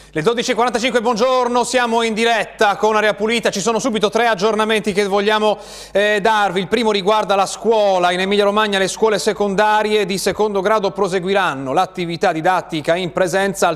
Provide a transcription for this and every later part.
Le 12.45, buongiorno, siamo in diretta con Aria Pulita, ci sono subito 3 aggiornamenti che vogliamo darvi. Il primo riguarda la scuola. In Emilia-Romagna le scuole secondarie di secondo grado proseguiranno l'attività didattica in presenza al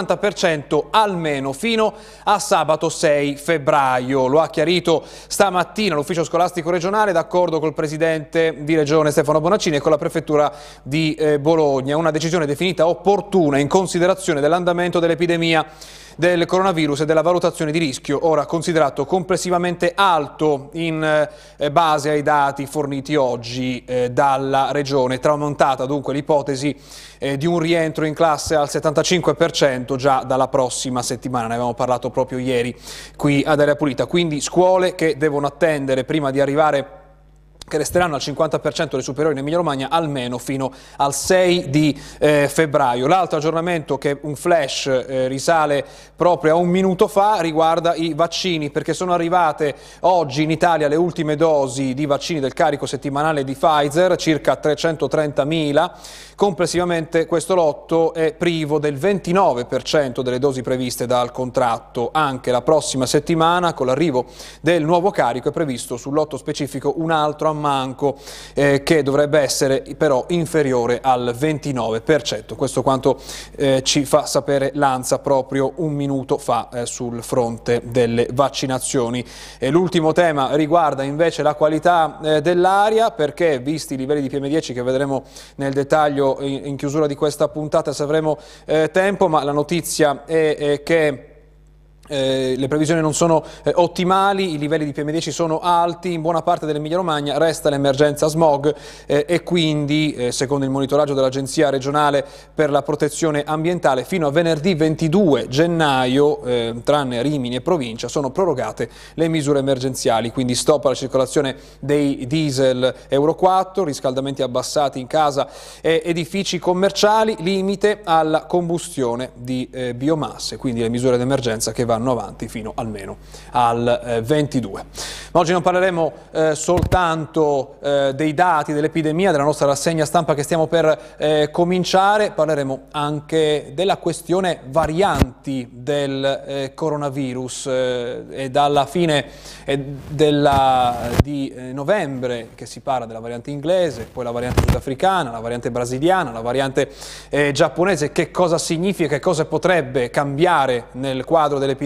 50% almeno fino a sabato 6 febbraio. Lo ha chiarito stamattina l'ufficio scolastico regionale d'accordo col presidente di regione Stefano Bonaccini e con la prefettura di Bologna. Una decisione definita opportuna in considerazione dell'andamento dell'epidemia del coronavirus e della valutazione di rischio, ora considerato complessivamente alto in base ai dati forniti oggi dalla Regione. Tramontata dunque l'ipotesi di un rientro in classe al 75% già dalla prossima settimana, ne avevamo parlato proprio ieri qui ad Aria Pulita, quindi scuole che devono attendere prima di arrivare, che resteranno al 50% delle superiori in Emilia-Romagna almeno fino al 6 di febbraio. L'altro aggiornamento, che un flash risale proprio a un minuto fa, riguarda i vaccini, perché sono arrivate oggi in Italia le ultime dosi di vaccini del carico settimanale di Pfizer, circa 330.000. Complessivamente questo lotto è privo del 29% delle dosi previste dal contratto. Anche la prossima settimana, con l'arrivo del nuovo carico, è previsto sul lotto specifico un altro ammanco che dovrebbe essere però inferiore al 29%. Questo quanto ci fa sapere l'ANSA proprio un minuto fa sul fronte delle vaccinazioni. L'ultimo tema riguarda invece la qualità dell'aria, perché visti i livelli di PM10 che vedremo nel dettaglio in chiusura di questa puntata se avremo tempo, ma la notizia è che le previsioni non sono ottimali, i livelli di PM10 sono alti, in buona parte dell'Emilia-Romagna resta l'emergenza smog e quindi, secondo il monitoraggio dell'Agenzia regionale per la protezione ambientale, fino a venerdì 22 gennaio, tranne Rimini e provincia, sono prorogate le misure emergenziali, quindi stop alla circolazione dei diesel Euro 4, riscaldamenti abbassati in casa e edifici commerciali, limite alla combustione di biomasse, quindi le misure d'emergenza che vanno avanti fino almeno al 22. Ma oggi non parleremo soltanto dei dati dell'epidemia, della nostra rassegna stampa che stiamo per cominciare, parleremo anche della questione varianti del coronavirus e dalla fine di novembre che si parla della variante inglese, poi la variante sudafricana, la variante brasiliana, la variante giapponese. Che cosa significa, che cosa potrebbe cambiare nel quadro dell'epidemia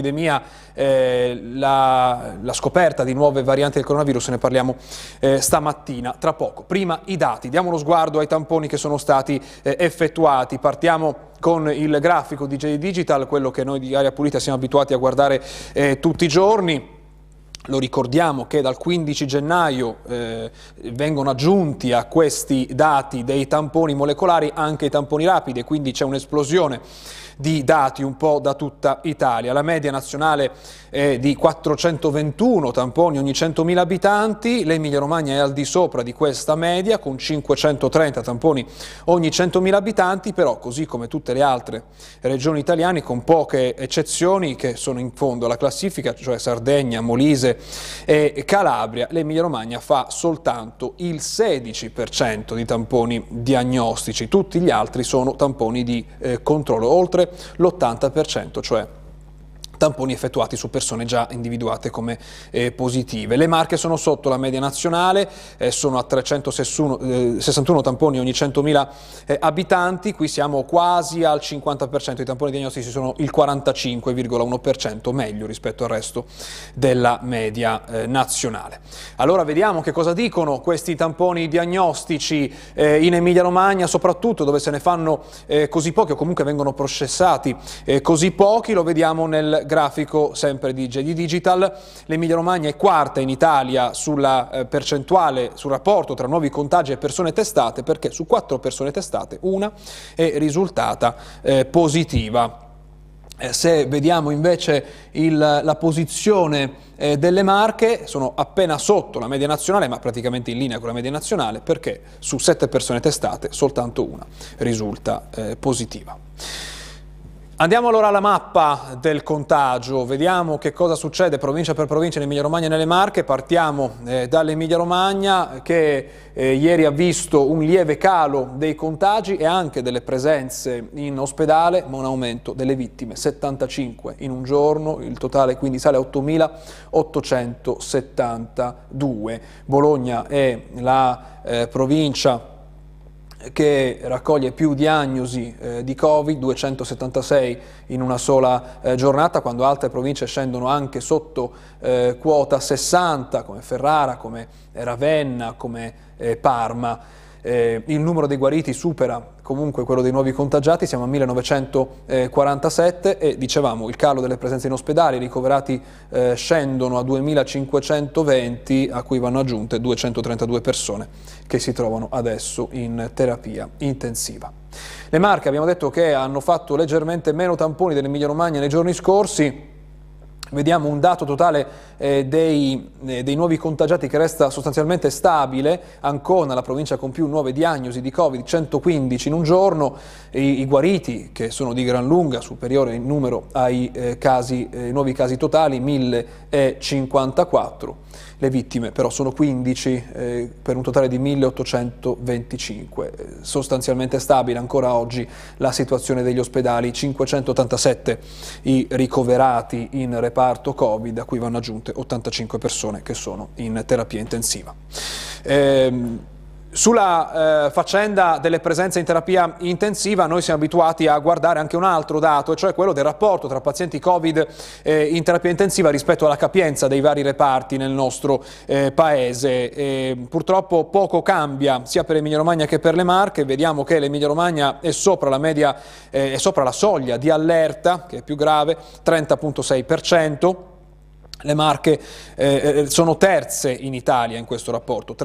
la scoperta di nuove varianti del coronavirus? Ne parliamo stamattina, tra poco. Prima i dati, diamo uno sguardo ai tamponi che sono stati effettuati. Partiamo con il grafico di JD Digital, quello che noi di Aria Pulita siamo abituati a guardare tutti i giorni. Lo ricordiamo che dal 15 gennaio vengono aggiunti a questi dati dei tamponi molecolari anche i tamponi rapidi, quindi c'è un'esplosione di dati un po' da tutta Italia. La media nazionale è di 421 tamponi ogni 100.000 abitanti, l'Emilia-Romagna è al di sopra di questa media con 530 tamponi ogni 100.000 abitanti, però così come tutte le altre regioni italiane, con poche eccezioni che sono in fondo alla classifica, cioè Sardegna, Molise e Calabria, l'Emilia-Romagna fa soltanto il 16% di tamponi diagnostici, tutti gli altri sono tamponi di controllo, oltre l'80%, cioè tamponi effettuati su persone già individuate come positive. Le Marche sono sotto la media nazionale, sono a 361 tamponi ogni 100.000 abitanti, qui siamo quasi al 50%, i tamponi diagnostici sono il 45,1%, meglio rispetto al resto della media nazionale. Allora vediamo che cosa dicono questi tamponi diagnostici in Emilia-Romagna, soprattutto dove se ne fanno così pochi o comunque vengono processati così pochi. Lo vediamo nel grafico sempre di JD Digital. L'Emilia-Romagna è quarta in Italia sulla percentuale, sul rapporto tra nuovi contagi e persone testate, perché su 4 persone testate una è risultata positiva. Se vediamo invece la posizione delle Marche, sono appena sotto la media nazionale, ma praticamente in linea con la media nazionale, perché su 7 persone testate soltanto una risulta positiva. Andiamo allora alla mappa del contagio, vediamo che cosa succede provincia per provincia in Emilia Romagna e nelle Marche. Partiamo dall'Emilia Romagna che ieri ha visto un lieve calo dei contagi e anche delle presenze in ospedale, ma un aumento delle vittime, 75 in un giorno, il totale quindi sale a 8.872. Bologna è la provincia che raccoglie più diagnosi di Covid, 276 in una sola giornata, quando altre province scendono anche sotto quota 60, come Ferrara, come Ravenna, come Parma. Il numero dei guariti supera comunque quello dei nuovi contagiati, siamo a 1947 e dicevamo il calo delle presenze in ospedale, i ricoverati scendono a 2520, a cui vanno aggiunte 232 persone che si trovano adesso in terapia intensiva. Le Marche abbiamo detto che hanno fatto leggermente meno tamponi dell'Emilia Romagna nei giorni scorsi. Vediamo un dato totale dei nuovi contagiati che resta sostanzialmente stabile. Ancona, la provincia con più nuove diagnosi di Covid, 115 in un giorno, i guariti che sono di gran lunga superiore in numero ai nuovi casi totali, 1054. Le vittime però sono 15 per un totale di 1825. Sostanzialmente stabile ancora oggi la situazione degli ospedali, 587 i ricoverati in reparto Covid, a cui vanno aggiunte 85 persone che sono in terapia intensiva. Sulla faccenda delle presenze in terapia intensiva noi siamo abituati a guardare anche un altro dato, e cioè quello del rapporto tra pazienti Covid in terapia intensiva rispetto alla capienza dei vari reparti nel nostro paese. Purtroppo poco cambia sia per Emilia Romagna che per le Marche. Vediamo che l'Emilia Romagna è sopra la media, è sopra la soglia di allerta, che è più grave, 30,6%. Le Marche sono terze in Italia in questo rapporto,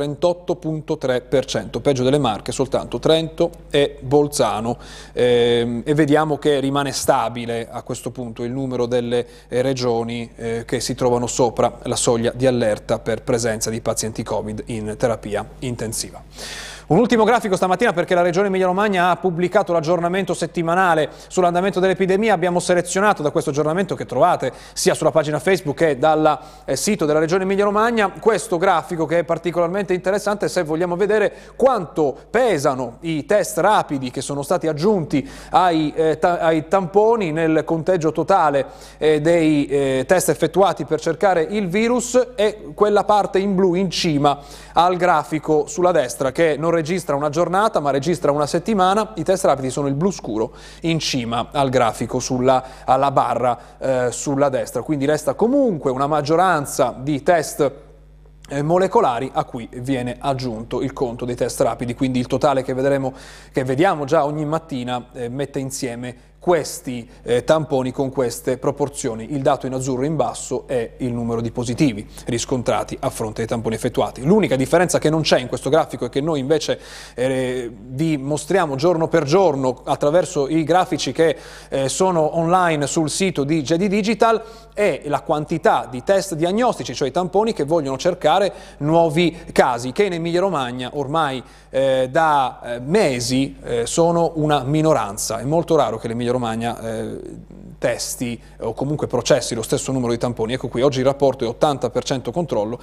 38,3%, peggio delle Marche soltanto Trento e Bolzano, e vediamo che rimane stabile a questo punto il numero delle regioni che si trovano sopra la soglia di allerta per presenza di pazienti Covid in terapia intensiva. Un ultimo grafico stamattina, perché la Regione Emilia-Romagna ha pubblicato l'aggiornamento settimanale sull'andamento dell'epidemia. Abbiamo selezionato da questo aggiornamento, che trovate sia sulla pagina Facebook che dal sito della Regione Emilia-Romagna, questo grafico che è particolarmente interessante se vogliamo vedere quanto pesano i test rapidi che sono stati aggiunti ai tamponi nel conteggio totale dei test effettuati per cercare il virus, e quella parte in blu in cima al grafico sulla destra, che non registra una giornata ma registra una settimana. I test rapidi sono il blu scuro in cima al grafico alla barra sulla destra, quindi resta comunque una maggioranza di test molecolari a cui viene aggiunto il conto dei test rapidi, quindi il totale che vediamo già ogni mattina mette insieme questi tamponi con queste proporzioni. Il dato in azzurro in basso è il numero di positivi riscontrati a fronte dei tamponi effettuati. L'unica differenza che non c'è in questo grafico e che noi invece vi mostriamo giorno per giorno attraverso i grafici che sono online sul sito di GEDI Digital è la quantità di test diagnostici, cioè i tamponi che vogliono cercare nuovi casi, che in Emilia-Romagna ormai da mesi sono una minoranza. È molto raro che l'Emilia-Romagna testi o comunque processi lo stesso numero di tamponi. Ecco qui, oggi il rapporto è 80% controllo,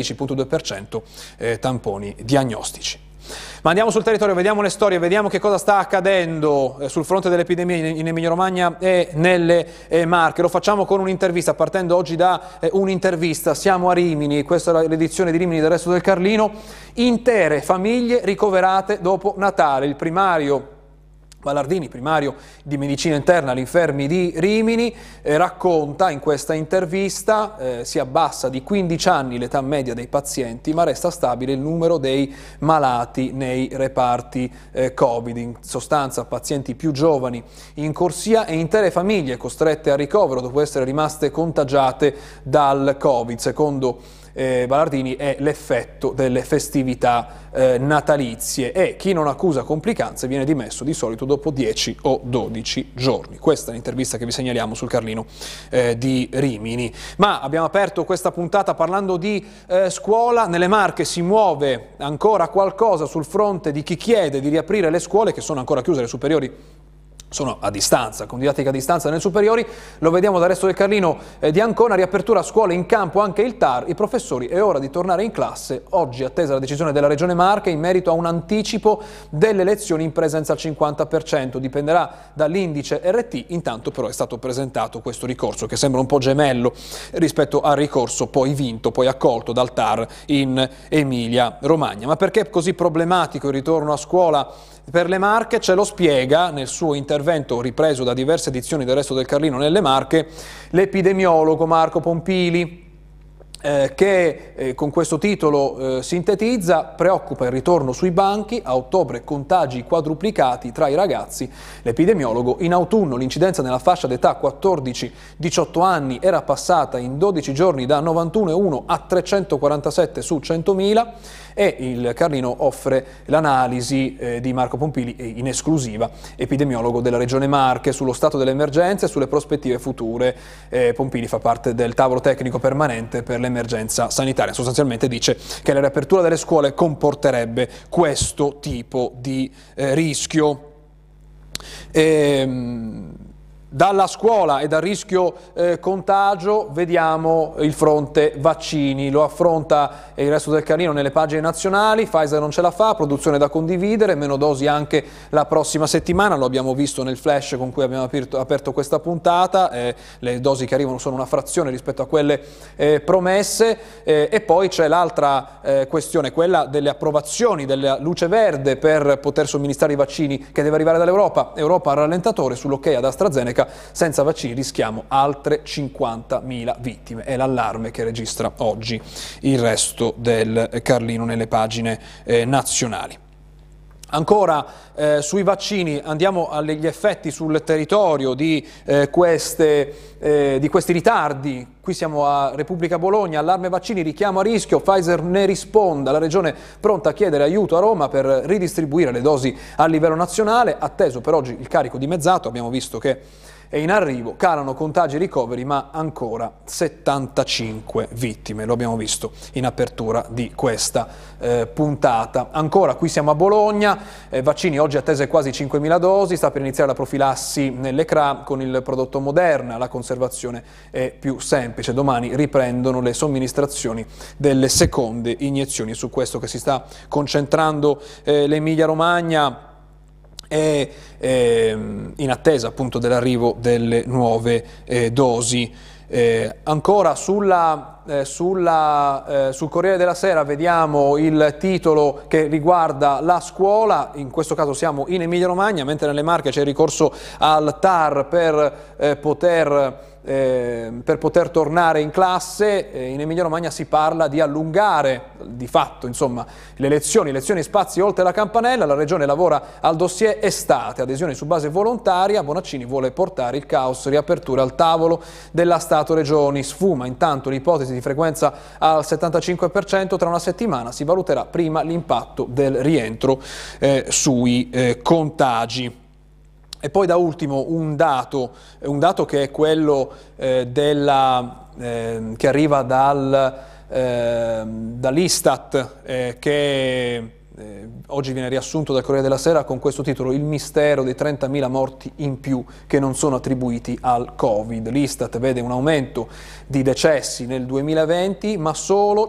16,2% tamponi diagnostici. Ma andiamo sul territorio, vediamo le storie, vediamo che cosa sta accadendo sul fronte dell'epidemia in Emilia-Romagna e nelle Marche. Lo facciamo con un'intervista, partendo oggi da un'intervista. Siamo a Rimini, questa è l'edizione di Rimini del Resto del Carlino. Intere famiglie ricoverate dopo Natale. Il primario Ballardini, primario di medicina interna agli infermi di Rimini, racconta in questa intervista si abbassa di 15 anni l'età media dei pazienti, ma resta stabile il numero dei malati nei reparti Covid. In sostanza pazienti più giovani in corsia e intere famiglie costrette a ricovero dopo essere rimaste contagiate dal Covid. Secondo Ballardini è l'effetto delle festività natalizie, e chi non accusa complicanze viene dimesso di solito dopo 10 o 12 giorni. Questa è l'intervista che vi segnaliamo sul Carlino di Rimini. Ma abbiamo aperto questa puntata parlando di scuola. Nelle Marche si muove ancora qualcosa sul fronte di chi chiede di riaprire le scuole, che sono ancora chiuse, le superiori sono a distanza, con didattica a distanza nelle superiori. Lo vediamo dal Resto del Carlino di Ancona, riapertura a scuole, in campo anche il TAR, i professori, è ora di tornare in classe. Oggi attesa la decisione della Regione Marche in merito a un anticipo delle lezioni in presenza al 50%, dipenderà dall'indice RT, intanto però è stato presentato questo ricorso che sembra un po' gemello rispetto al ricorso poi vinto, poi accolto dal TAR in Emilia Romagna. Ma perché è così problematico il ritorno a scuola per le Marche? Ce lo spiega nel suo intervento ripreso da diverse edizioni del Resto del Carlino nelle Marche l'epidemiologo Marco Pompili, che con questo titolo sintetizza: preoccupa il ritorno sui banchi, a ottobre contagi quadruplicati tra i ragazzi. L'epidemiologo: in autunno l'incidenza nella fascia d'età 14-18 anni era passata in 12 giorni da 91,1 a 347 su 100.000, e il Carlino offre l'analisi di Marco Pompili in esclusiva, epidemiologo della Regione Marche, sullo stato delle emergenze e sulle prospettive future. Pompili fa parte del tavolo tecnico permanente per l'emergenza sanitaria. Sostanzialmente dice che la riapertura delle scuole comporterebbe questo tipo di rischio. Dalla scuola e dal rischio contagio vediamo il fronte vaccini, lo affronta il Resto del Carlino nelle pagine nazionali. Pfizer non ce la fa, produzione da condividere, meno dosi anche la prossima settimana, lo abbiamo visto nel flash con cui abbiamo aperto questa puntata, le dosi che arrivano sono una frazione rispetto a quelle promesse, e poi c'è l'altra questione, quella delle approvazioni, della luce verde per poter somministrare i vaccini che deve arrivare dall'Europa. Europa al rallentatore sull'ok ad AstraZeneca. Senza vaccini rischiamo altre 50.000 vittime. È l'allarme che registra oggi il Resto del Carlino nelle pagine nazionali. Ancora sui vaccini andiamo agli effetti sul territorio di questi ritardi. Qui siamo a Repubblica Bologna, allarme vaccini, richiamo a rischio, Pfizer ne risponda, la Regione pronta a chiedere aiuto a Roma per ridistribuire le dosi a livello nazionale, atteso per oggi il carico dimezzato, abbiamo visto che è in arrivo, calano contagi e ricoveri, ma ancora 75 vittime, lo abbiamo visto in apertura di questa puntata. Ancora qui siamo a Bologna, vaccini, oggi attese quasi 5.000 dosi, sta per iniziare la profilassi nelle CRA con il prodotto Moderna, la conservazione è più semplice, domani riprendono le somministrazioni delle seconde iniezioni. Su questo che si sta concentrando l'Emilia Romagna, è in attesa appunto dell'arrivo delle nuove dosi. Ancora sul Corriere della Sera vediamo il titolo che riguarda la scuola, in questo caso siamo in Emilia Romagna, mentre nelle Marche c'è il ricorso al TAR per poter tornare in classe. In Emilia Romagna si parla di allungare di fatto insomma le lezioni spazi oltre la campanella. La Regione lavora al dossier estate, adesioni su base volontaria. Bonaccini vuole portare il caos riapertura al tavolo della Stato-Regioni. Sfuma intanto l'ipotesi di frequenza al 75%, tra una settimana si valuterà prima l'impatto del rientro sui contagi. E poi da ultimo un dato che è quello che arriva dall'Istat, che oggi viene riassunto dal Corriere della Sera con questo titolo: il mistero dei 30.000 morti in più che non sono attribuiti al Covid. L'Istat vede un aumento di decessi nel 2020, ma solo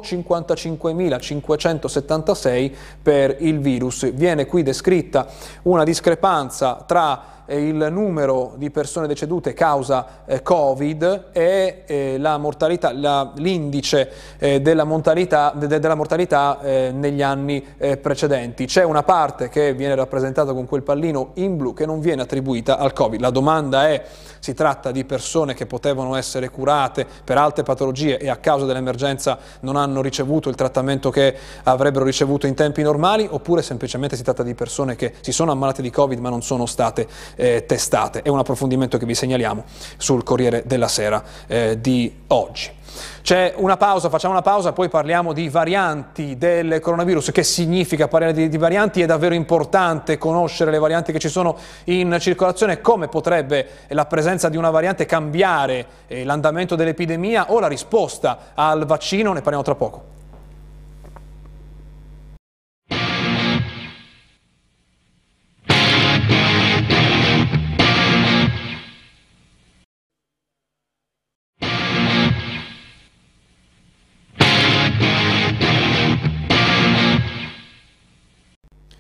55.576 per il virus. Viene qui descritta una discrepanza tra il numero di persone decedute causa Covid e la mortalità, l'indice della mortalità negli anni precedenti. C'è una parte che viene rappresentata con quel pallino in blu che non viene attribuita al Covid. La domanda è: si tratta di persone che potevano essere curate per altre patologie e a causa dell'emergenza non hanno ricevuto il trattamento che avrebbero ricevuto in tempi normali, oppure semplicemente si tratta di persone che si sono ammalate di Covid ma non sono state testate? È un approfondimento che vi segnaliamo sul Corriere della Sera di oggi. C'è una pausa, facciamo una pausa, poi parliamo di varianti del coronavirus. Che significa parlare di varianti? È davvero importante conoscere le varianti che ci sono in circolazione. Come potrebbe la presenza di una variante cambiare l'andamento dell'epidemia o la risposta al vaccino? Ne parliamo tra poco.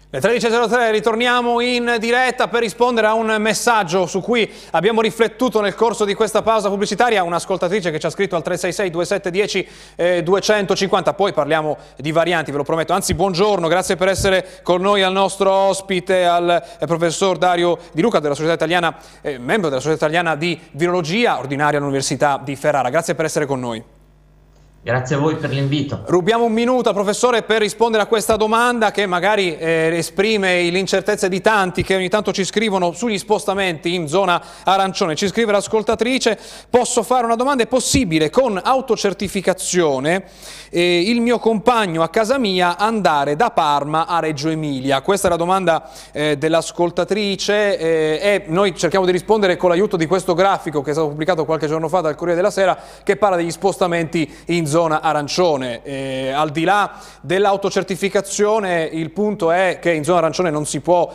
Le 13.03 ritorniamo in diretta per rispondere a un messaggio su cui abbiamo riflettuto nel corso di questa pausa pubblicitaria. Un'ascoltatrice che ci ha scritto al 366 2710 250. Poi parliamo di varianti, ve lo prometto. Anzi, buongiorno, grazie per essere con noi al nostro ospite, al professor Dario Di Luca della Società Italiana, membro della Società Italiana di Virologia, ordinario all'Università di Ferrara. Grazie per essere con noi. Grazie a voi per l'invito. Rubiamo un minuto al professore per rispondere a questa domanda che magari esprime l'incertezza di tanti che ogni tanto ci scrivono sugli spostamenti in zona arancione. Ci scrive l'ascoltatrice: posso fare una domanda? È possibile con autocertificazione il mio compagno a casa mia andare da Parma a Reggio Emilia? Questa è la domanda dell'ascoltatrice e noi cerchiamo di rispondere con l'aiuto di questo grafico che è stato pubblicato qualche giorno fa dal Corriere della Sera, che parla degli spostamenti in zona arancione. Al di là dell'autocertificazione, il punto è che in zona arancione non si può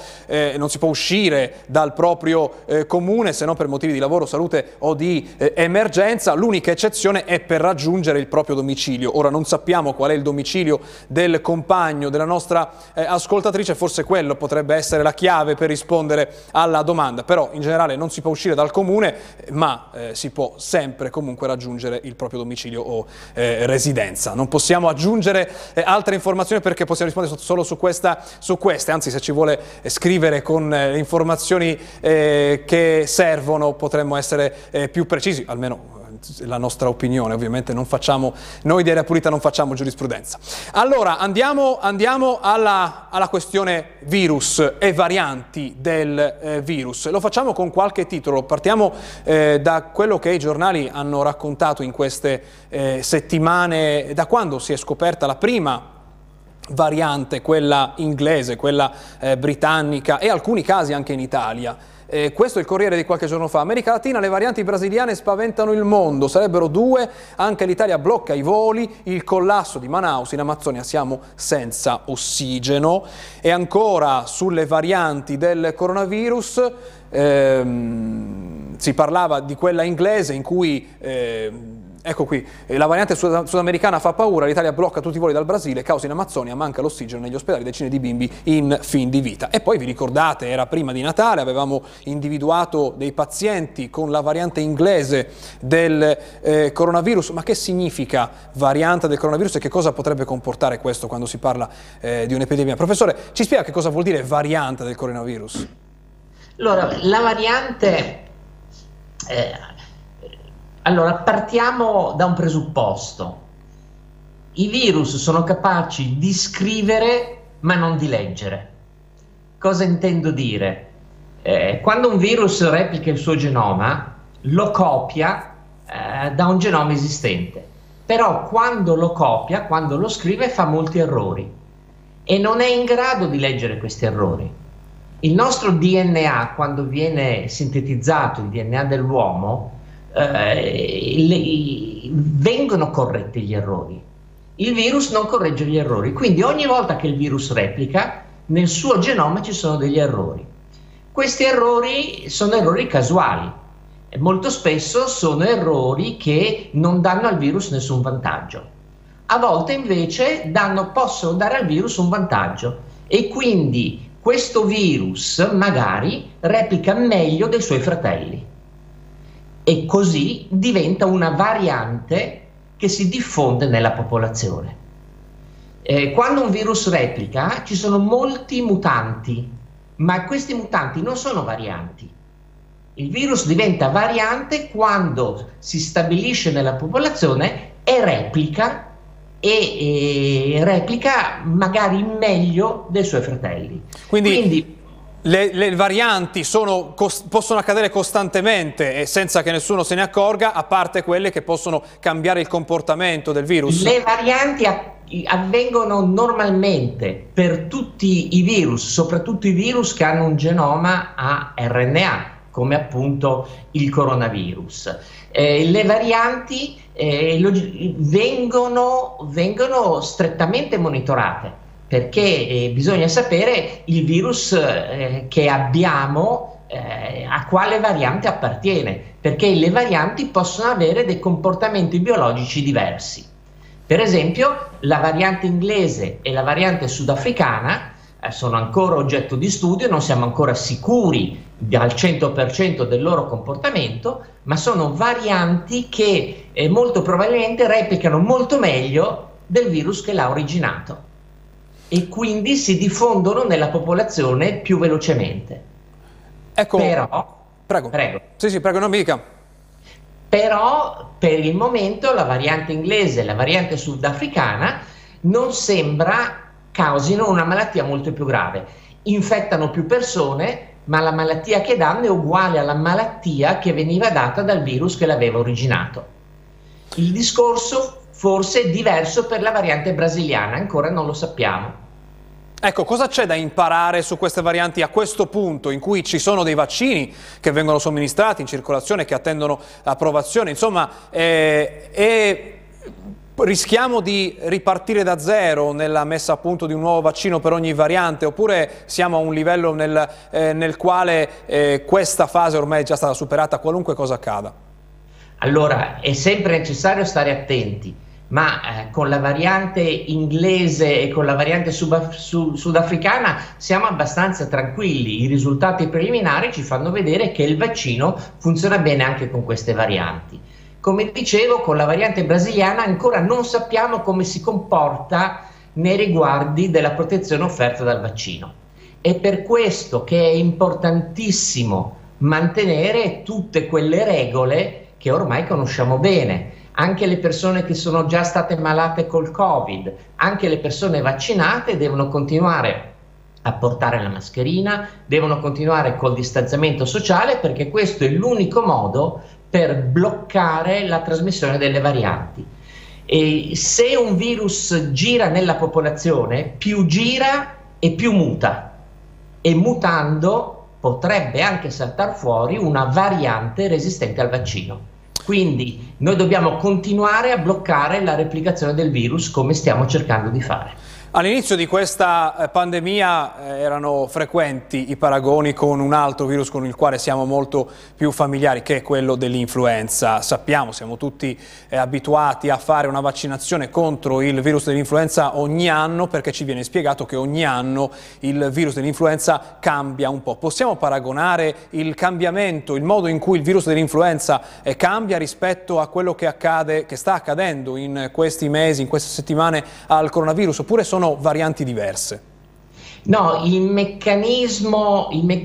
uscire dal proprio comune se non per motivi di lavoro, salute o di emergenza. L'unica eccezione è per raggiungere il proprio domicilio. Ora non sappiamo qual è il domicilio del compagno della nostra ascoltatrice, forse quello potrebbe essere la chiave per rispondere alla domanda, però in generale non si può uscire dal comune, ma si può sempre comunque raggiungere il proprio domicilio o residenza. Non possiamo aggiungere altre informazioni perché possiamo rispondere solo su queste, anzi se ci vuole scrivere con le informazioni che servono potremmo essere più precisi, almeno la nostra opinione. Ovviamente non facciamo, noi di Aria Pulita non facciamo giurisprudenza. Allora andiamo alla questione virus e varianti del virus. Lo facciamo con qualche titolo, partiamo da quello che i giornali hanno raccontato in queste settimane, da quando si è scoperta la prima variante, quella inglese, quella britannica e alcuni casi anche in Italia. Questo è il Corriere di qualche giorno fa. America Latina, le varianti brasiliane spaventano il mondo, sarebbero 2, anche l'Italia blocca i voli, il collasso di Manaus, in Amazzonia siamo senza ossigeno. E ancora sulle varianti del coronavirus, si parlava di quella inglese in cui ecco qui, la variante sudamericana fa paura, l'Italia blocca tutti i voli dal Brasile, causa in Amazzonia, manca l'ossigeno negli ospedali, decine di bimbi in fin di vita. E poi vi ricordate, era prima di Natale, avevamo individuato dei pazienti con la variante inglese del coronavirus. Ma che significa variante del coronavirus e che cosa potrebbe comportare questo quando si parla di un'epidemia? Professore, ci spiega che cosa vuol dire variante del coronavirus? Allora, la variante... Allora, partiamo da un presupposto. I virus sono capaci di scrivere ma non di leggere. Cosa intendo dire? Quando un virus replica il suo genoma, lo copia da un genoma esistente. Però quando lo copia, quando lo scrive, fa molti errori e non è in grado di leggere questi errori. Il nostro DNA, quando viene sintetizzato, il DNA dell'uomo, vengono corretti gli errori. Il virus non corregge gli errori, quindi ogni volta che il virus replica nel suo genoma ci sono degli errori. Questi errori sono errori casuali e molto spesso sono errori che non danno al virus nessun vantaggio. A volte invece possono dare al virus un vantaggio e quindi questo virus magari replica meglio dei suoi fratelli. E così diventa una variante che si diffonde nella popolazione. Quando un virus replica ci sono molti mutanti, ma questi mutanti non sono varianti. Il virus diventa variante quando si stabilisce nella popolazione e replica magari meglio dei suoi fratelli. Quindi le varianti possono accadere costantemente e senza che nessuno se ne accorga, a parte quelle che possono cambiare il comportamento del virus. Le varianti avvengono normalmente per tutti i virus, soprattutto i virus che hanno un genoma a RNA, come appunto il coronavirus. Le varianti vengono strettamente monitorate, perché bisogna sapere il virus che abbiamo a quale variante appartiene, perché le varianti possono avere dei comportamenti biologici diversi. Per esempio, la variante inglese e la variante sudafricana sono ancora oggetto di studio, non siamo ancora sicuri al 100% del loro comportamento, ma sono varianti che molto probabilmente replicano molto meglio del virus che l'ha originato e quindi si diffondono nella popolazione più velocemente. Ecco, però, prego. Sì, prego, non mi dica. Però per il momento la variante inglese e la variante sudafricana non sembra causino una malattia molto più grave. Infettano più persone, ma la malattia che danno è uguale alla malattia che veniva data dal virus che l'aveva originato. Il discorso forse è diverso per la variante brasiliana, ancora non lo sappiamo. Ecco, cosa c'è da imparare su queste varianti a questo punto in cui ci sono dei vaccini che vengono somministrati in circolazione, che attendono approvazione, insomma, rischiamo di ripartire da zero nella messa a punto di un nuovo vaccino per ogni variante, oppure siamo a un livello nel quale questa fase ormai è già stata superata, qualunque cosa accada? Allora, è sempre necessario stare attenti, ma con la variante inglese e con la variante sudafricana siamo abbastanza tranquilli. I risultati preliminari ci fanno vedere che il vaccino funziona bene anche con queste varianti. Come dicevo, con la variante brasiliana ancora non sappiamo come si comporta nei riguardi della protezione offerta dal vaccino. È per questo che è importantissimo mantenere tutte quelle regole che ormai conosciamo bene. Anche le persone che sono già state malate col Covid, anche le persone vaccinate devono continuare a portare la mascherina, devono continuare col distanziamento sociale, perché questo è l'unico modo per bloccare la trasmissione delle varianti. E se un virus gira nella popolazione, più gira e più muta, e mutando potrebbe anche saltar fuori una variante resistente al vaccino. Quindi noi dobbiamo continuare a bloccare la replicazione del virus come stiamo cercando di fare. All'inizio di questa pandemia erano frequenti i paragoni con un altro virus con il quale siamo molto più familiari, che è quello dell'influenza. Sappiamo, siamo tutti abituati a fare una vaccinazione contro il virus dell'influenza ogni anno, perché ci viene spiegato che ogni anno il virus dell'influenza cambia un po'. Possiamo paragonare il cambiamento, il modo in cui il virus dell'influenza cambia rispetto a quello che accade, che sta accadendo in questi mesi, in queste settimane al coronavirus, oppure sono varianti diverse? No, il meccanismo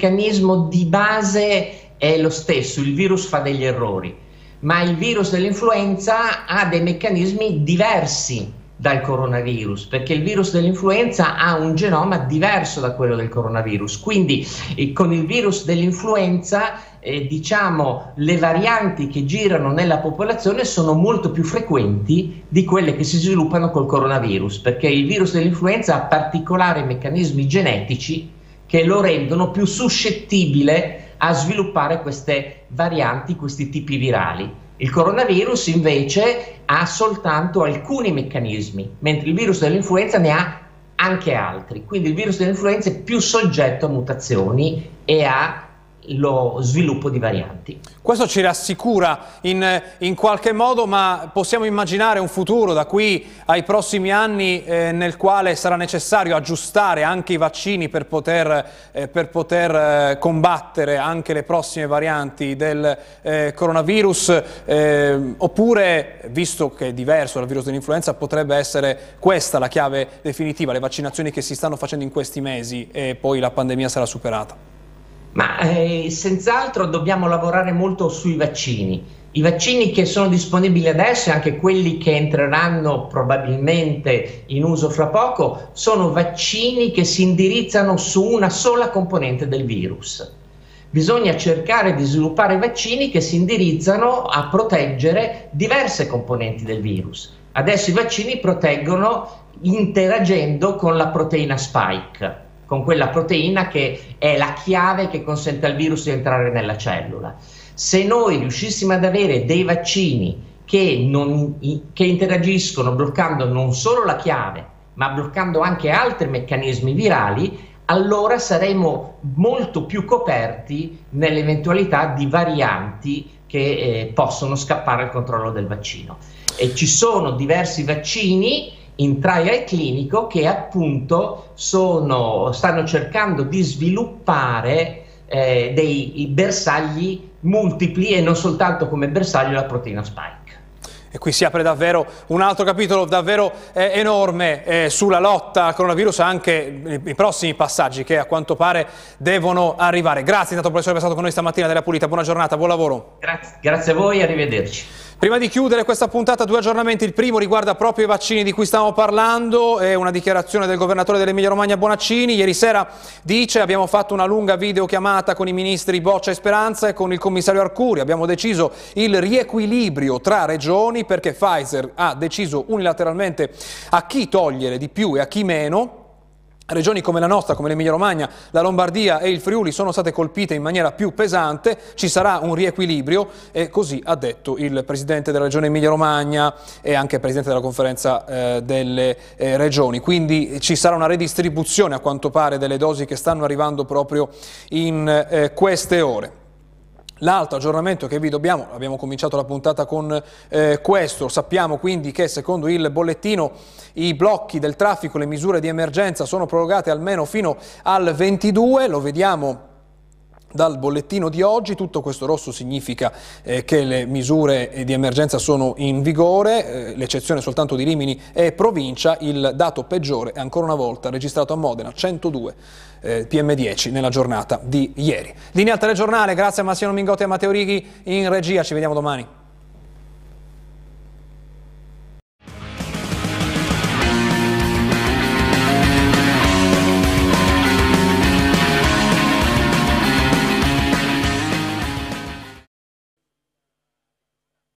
di base è lo stesso, il virus fa degli errori, ma il virus dell'influenza ha dei meccanismi diversi dal coronavirus, perché il virus dell'influenza ha un genoma diverso da quello del coronavirus. Quindi con il virus dell'influenza diciamo le varianti che girano nella popolazione sono molto più frequenti di quelle che si sviluppano col coronavirus, perché il virus dell'influenza ha particolari meccanismi genetici che lo rendono più suscettibile a sviluppare queste varianti, questi tipi virali. Il coronavirus invece ha soltanto alcuni meccanismi, mentre il virus dell'influenza ne ha anche altri. Quindi il virus dell'influenza è più soggetto a mutazioni e a lo sviluppo di varianti. Questo ci rassicura in qualche modo, ma possiamo immaginare un futuro da qui ai prossimi anni nel quale sarà necessario aggiustare anche i vaccini per poter combattere anche le prossime varianti del coronavirus, oppure, visto che è diverso dal virus dell'influenza, potrebbe essere questa la chiave definitiva, le vaccinazioni che si stanno facendo in questi mesi e poi la pandemia sarà superata? Ma senz'altro dobbiamo lavorare molto sui vaccini. I vaccini che sono disponibili adesso e anche quelli che entreranno probabilmente in uso fra poco sono vaccini che si indirizzano su una sola componente del virus. Bisogna cercare di sviluppare vaccini che si indirizzano a proteggere diverse componenti del virus. Adesso i vaccini proteggono interagendo con la proteina spike, con quella proteina che è la chiave che consente al virus di entrare nella cellula. Se noi riuscissimo ad avere dei vaccini che interagiscono bloccando non solo la chiave, ma bloccando anche altri meccanismi virali, allora saremo molto più coperti nell'eventualità di varianti che possono scappare al controllo del vaccino. E ci sono diversi vaccini in trial clinico che appunto stanno cercando di sviluppare dei bersagli multipli e non soltanto come bersaglio la proteina spike. E qui si apre davvero un altro capitolo davvero enorme sulla lotta al coronavirus, anche i prossimi passaggi che a quanto pare devono arrivare. Grazie intanto professore per essere stato con noi stamattina della Pulita, buona giornata, buon lavoro. Grazie a voi, arrivederci. Prima di chiudere questa puntata, due aggiornamenti. Il primo riguarda proprio i vaccini di cui stiamo parlando, è una dichiarazione del governatore dell'Emilia Romagna Bonaccini. Ieri sera dice: abbiamo fatto una lunga videochiamata con i ministri Boccia e Speranza e con il commissario Arcuri, abbiamo deciso il riequilibrio tra regioni perché Pfizer ha deciso unilateralmente a chi togliere di più e a chi meno. Regioni come la nostra, come l'Emilia Romagna, la Lombardia e il Friuli sono state colpite in maniera più pesante, ci sarà un riequilibrio e così ha detto il Presidente della Regione Emilia Romagna e anche Presidente della Conferenza delle Regioni. Quindi ci sarà una redistribuzione a quanto pare delle dosi che stanno arrivando proprio in queste ore. L'altro aggiornamento che vi abbiamo cominciato la puntata con questo, sappiamo quindi che secondo il bollettino i blocchi del traffico, le misure di emergenza sono prorogate almeno fino al 22, lo vediamo dal bollettino di oggi. Tutto questo rosso significa che le misure di emergenza sono in vigore, l'eccezione soltanto di Rimini e provincia. Il dato peggiore è ancora una volta registrato a Modena, 102 PM10 nella giornata di ieri. Linea al telegiornale, grazie a Massimo Mingotti e a Matteo Righi in regia, ci vediamo domani.